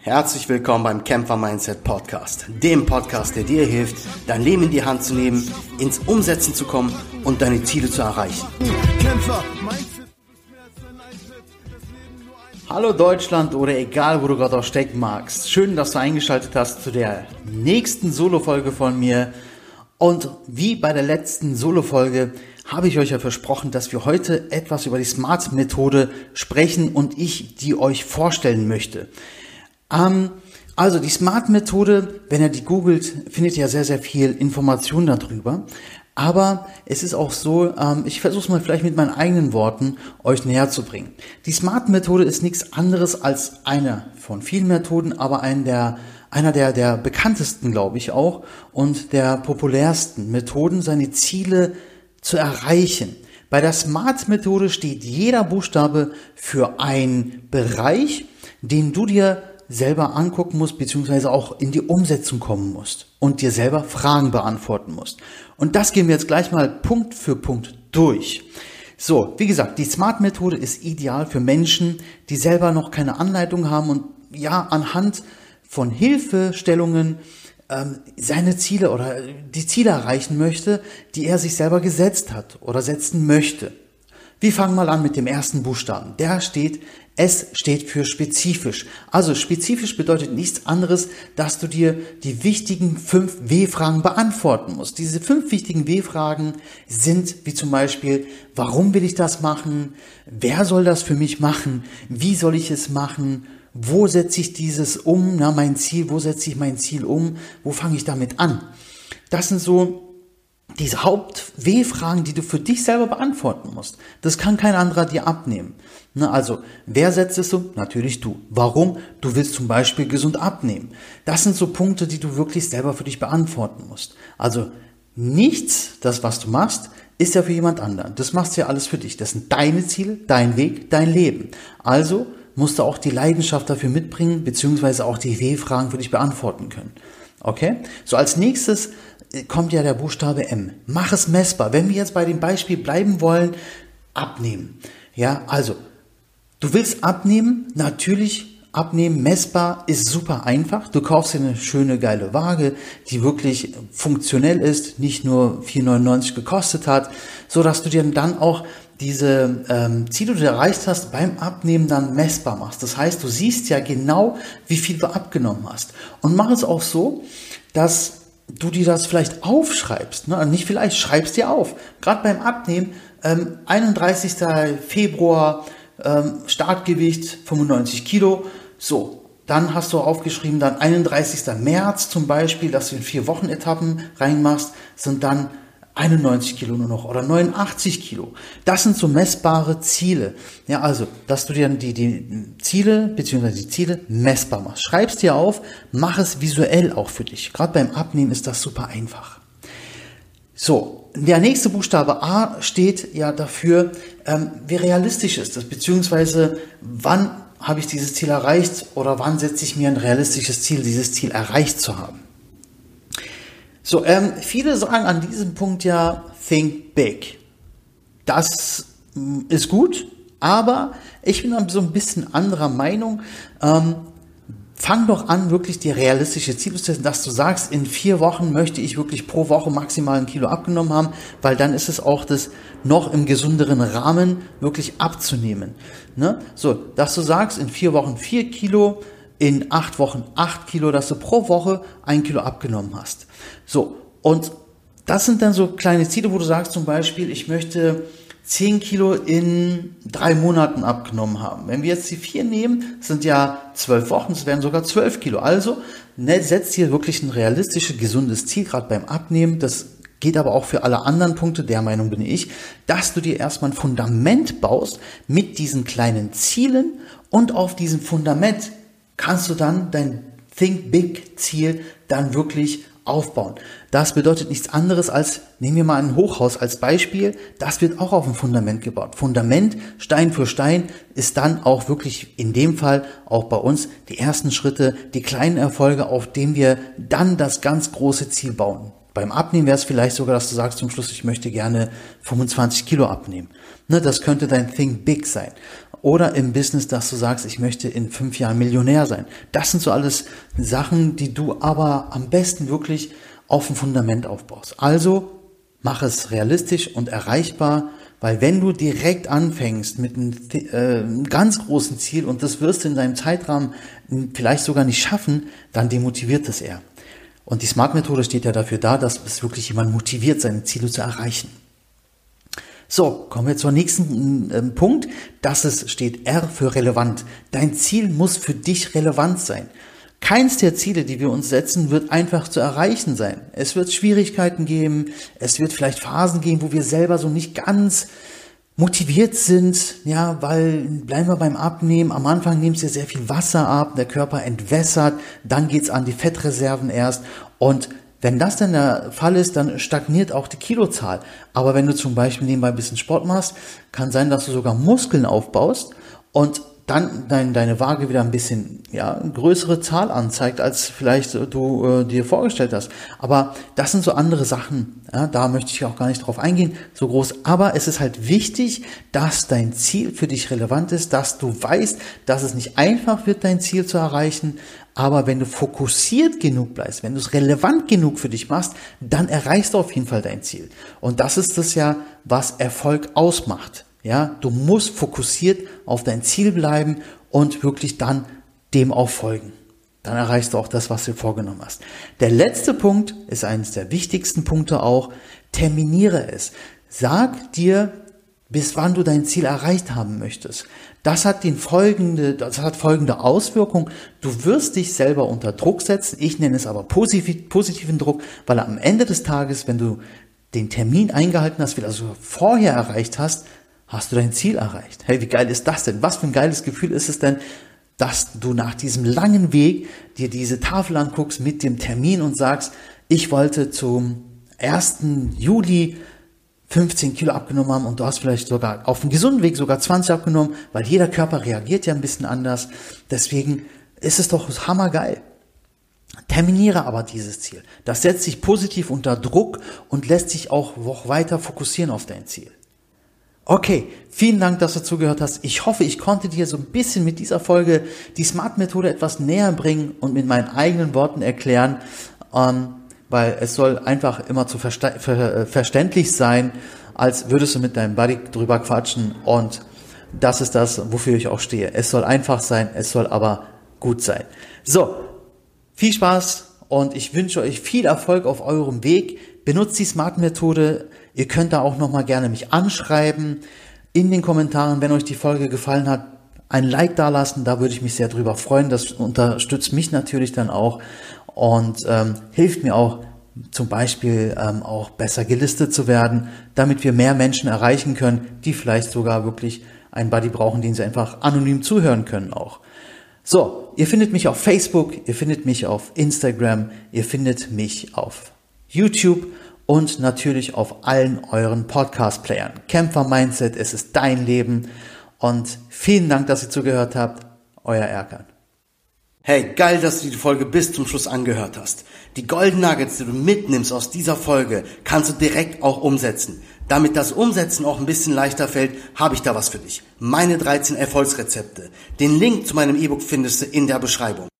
Herzlich willkommen beim Kämpfer Mindset Podcast, dem Podcast, der dir hilft, dein Leben in die Hand zu nehmen, ins Umsetzen zu kommen und deine Ziele zu erreichen. Hallo Deutschland oder egal, wo du gerade auch stecken magst. Schön, dass du eingeschaltet hast zu der nächsten Solo-Folge von mir. Und wie bei der letzten Solo-Folge habe ich euch ja versprochen, dass wir heute etwas über die SMART-Methode sprechen und ich die euch vorstellen möchte. Also die SMART-Methode, wenn ihr die googelt, findet ihr sehr, sehr viel Information darüber. Aber es ist auch so, ich versuche es mal vielleicht mit meinen eigenen Worten euch näher zu bringen. Die SMART-Methode ist nichts anderes als eine von vielen Methoden, aber einer der bekanntesten, glaube ich auch, und der populärsten Methoden, seine Ziele zu erreichen. Bei der SMART-Methode steht jeder Buchstabe für einen Bereich, den du dir selber angucken musst, beziehungsweise auch in die Umsetzung kommen musst und dir selber Fragen beantworten musst. Und das gehen wir jetzt gleich mal Punkt für Punkt durch. So, wie gesagt, die SMART-Methode ist ideal für Menschen, die selber noch keine Anleitung haben und ja, anhand von Hilfestellungen seine Ziele oder die Ziele erreichen möchte, die er sich selber gesetzt hat oder setzen möchte. Wir fangen mal an mit dem ersten Buchstaben. Es steht für spezifisch. Also spezifisch bedeutet nichts anderes, dass du dir die wichtigen 5 W-Fragen beantworten musst. Diese 5 wichtigen W-Fragen sind wie zum Beispiel, warum will ich das machen? Wer soll das für mich machen? Wie soll ich es machen? Wo setze ich dieses um? Mein Ziel, wo setze ich mein Ziel um? Wo fange ich damit an? Das sind so diese Haupt-W-Fragen, die du für dich selber beantworten musst. Das kann kein anderer dir abnehmen. Also, wer setzt es um? Natürlich du. Warum? Du willst zum Beispiel gesund abnehmen. Das sind so Punkte, die du wirklich selber für dich beantworten musst. Also, nichts, das was du machst, ist ja für jemand anderen. Das machst du ja alles für dich. Das sind deine Ziele, dein Weg, dein Leben. Also musst du auch die Leidenschaft dafür mitbringen, beziehungsweise auch die W-Fragen für dich beantworten können. Okay? So, als nächstes kommt ja der Buchstabe M. Mach es messbar. Wenn wir jetzt bei dem Beispiel bleiben wollen, abnehmen. Ja, also, du willst abnehmen, natürlich abnehmen, messbar ist super einfach. Du kaufst dir eine schöne, geile Waage, die wirklich funktionell ist, nicht nur 4,99 gekostet hat, so dass du dir dann auch diese Ziele, die du erreicht hast, beim Abnehmen dann messbar machst. Das heißt, du siehst ja genau, wie viel du abgenommen hast. Und mach es auch so, dass du dir das vielleicht aufschreibst, nicht vielleicht, schreibst dir auf. Gerade beim Abnehmen, 31. Februar, Startgewicht 95 Kilo, so, dann hast du aufgeschrieben, dann 31. März zum Beispiel, dass du in 4 Wochen Etappen reinmachst, sind dann 91 Kilo nur noch oder 89 Kilo. Das sind so messbare Ziele. Ja, also, dass du dir die Ziele bzw. die Ziele messbar machst. Schreib's dir auf, mach es visuell auch für dich. Gerade beim Abnehmen ist das super einfach. So, der nächste Buchstabe A steht ja dafür, wie realistisch ist das, beziehungsweise wann habe ich dieses Ziel erreicht oder wann setze ich mir ein realistisches Ziel, dieses Ziel erreicht zu haben. So, viele sagen an diesem Punkt ja, think big. Das ist gut, aber ich bin so ein bisschen anderer Meinung. Fang doch an, wirklich die realistische Ziele zu setzen, dass du sagst, in 4 Wochen möchte ich wirklich pro Woche maximal 1 Kilo abgenommen haben, weil dann ist es auch das noch im gesünderen Rahmen wirklich abzunehmen. So, dass du sagst, in 4 Wochen 4 Kilo, in 8 Wochen 8 Kilo, dass du pro Woche 1 Kilo abgenommen hast. So, und das sind dann so kleine Ziele, wo du sagst zum Beispiel, ich möchte 10 Kilo in 3 Monaten abgenommen haben. Wenn wir jetzt die 4 nehmen, sind ja 12 Wochen, es wären sogar 12 Kilo. Also setzt hier wirklich ein realistisches, gesundes Ziel, gerade beim Abnehmen. Das geht aber auch für alle anderen Punkte, der Meinung bin ich, dass du dir erstmal ein Fundament baust mit diesen kleinen Zielen und auf diesem Fundament kannst du dann dein Think Big Ziel dann wirklich aufbauen. Das bedeutet nichts anderes als, nehmen wir mal ein Hochhaus als Beispiel, das wird auch auf dem Fundament gebaut. Fundament, Stein für Stein, ist dann auch wirklich in dem Fall auch bei uns die ersten Schritte, die kleinen Erfolge, auf denen wir dann das ganz große Ziel bauen. Beim Abnehmen wäre es vielleicht sogar, dass du sagst zum Schluss, ich möchte gerne 25 Kilo abnehmen. Das könnte dein Think Big sein. oder im Business, dass du sagst, ich möchte in 5 Jahren Millionär sein. Das sind so alles Sachen, die du aber am besten wirklich auf ein Fundament aufbaust. Also mach es realistisch und erreichbar, weil wenn du direkt anfängst mit einem ganz großen Ziel und das wirst du in deinem Zeitrahmen vielleicht sogar nicht schaffen, dann demotiviert das eher. Und die SMART-Methode steht ja dafür da, dass es wirklich jemand motiviert, seine Ziele zu erreichen. So, kommen wir zum nächsten Punkt. Steht R für relevant. Dein Ziel muss für dich relevant sein. Keins der Ziele, die wir uns setzen, wird einfach zu erreichen sein. Es wird Schwierigkeiten geben, es wird vielleicht Phasen geben, wo wir selber so nicht ganz motiviert sind, ja, weil, bleiben wir beim Abnehmen, am Anfang nimmst du sehr viel Wasser ab, der Körper entwässert, dann geht's an die Fettreserven erst und wenn das dann der Fall ist, dann stagniert auch die Kilozahl. Aber wenn du zum Beispiel nebenbei ein bisschen Sport machst, kann sein, dass du sogar Muskeln aufbaust und dann deine Waage wieder ein bisschen größere Zahl anzeigt, als vielleicht du dir vorgestellt hast. Aber das sind so andere Sachen, ja, da möchte ich auch gar nicht drauf eingehen, so groß. Aber es ist halt wichtig, dass dein Ziel für dich relevant ist, dass du weißt, dass es nicht einfach wird, dein Ziel zu erreichen. Aber wenn du fokussiert genug bleibst, wenn du es relevant genug für dich machst, dann erreichst du auf jeden Fall dein Ziel. Und das ist das ja, was Erfolg ausmacht. Ja, du musst fokussiert auf dein Ziel bleiben und wirklich dann dem auch folgen. Dann erreichst du auch das, was du dir vorgenommen hast. Der letzte Punkt ist eines der wichtigsten Punkte auch. Terminiere es. Sag dir, bis wann du dein Ziel erreicht haben möchtest. Das hat folgende Auswirkung. Du wirst dich selber unter Druck setzen. Ich nenne es aber positiven Druck, weil am Ende des Tages, wenn du den Termin eingehalten hast, also vorher erreicht hast, hast du dein Ziel erreicht. Hey, wie geil ist das denn? Was für ein geiles Gefühl ist es denn, dass du nach diesem langen Weg dir diese Tafel anguckst mit dem Termin und sagst, ich wollte zum 1. Juli 15 Kilo abgenommen haben und du hast vielleicht sogar auf einem gesunden Weg sogar 20 abgenommen, weil jeder Körper reagiert ja ein bisschen anders. Deswegen ist es doch hammergeil. Terminiere aber dieses Ziel. Das setzt dich positiv unter Druck und lässt dich auch weiter fokussieren auf dein Ziel. Okay, vielen Dank, dass du zugehört hast. Ich hoffe, ich konnte dir so ein bisschen mit dieser Folge die SMART-Methode etwas näher bringen und mit meinen eigenen Worten erklären, weil es soll einfach immer zu verständlich sein, als würdest du mit deinem Buddy drüber quatschen und das ist das, wofür ich auch stehe. Es soll einfach sein, es soll aber gut sein. So, viel Spaß und ich wünsche euch viel Erfolg auf eurem Weg. Benutzt die SMART-Methode. Ihr könnt da auch nochmal gerne mich anschreiben in den Kommentaren, wenn euch die Folge gefallen hat. Ein Like dalassen, da würde ich mich sehr drüber freuen. Das unterstützt mich natürlich dann auch und hilft mir auch zum Beispiel auch besser gelistet zu werden, damit wir mehr Menschen erreichen können, die vielleicht sogar wirklich einen Buddy brauchen, den sie einfach anonym zuhören können auch. So, ihr findet mich auf Facebook, ihr findet mich auf Instagram, ihr findet mich auf YouTube und natürlich auf allen euren Podcast-Playern. Kämpfer-Mindset, es ist dein Leben und vielen Dank, dass ihr zugehört habt. Euer Erkan. Hey, geil, dass du die Folge bis zum Schluss angehört hast. Die Golden Nuggets, die du mitnimmst aus dieser Folge, kannst du direkt auch umsetzen. Damit das Umsetzen auch ein bisschen leichter fällt, habe ich da was für dich. Meine 13 Erfolgsrezepte. Den Link zu meinem E-Book findest du in der Beschreibung.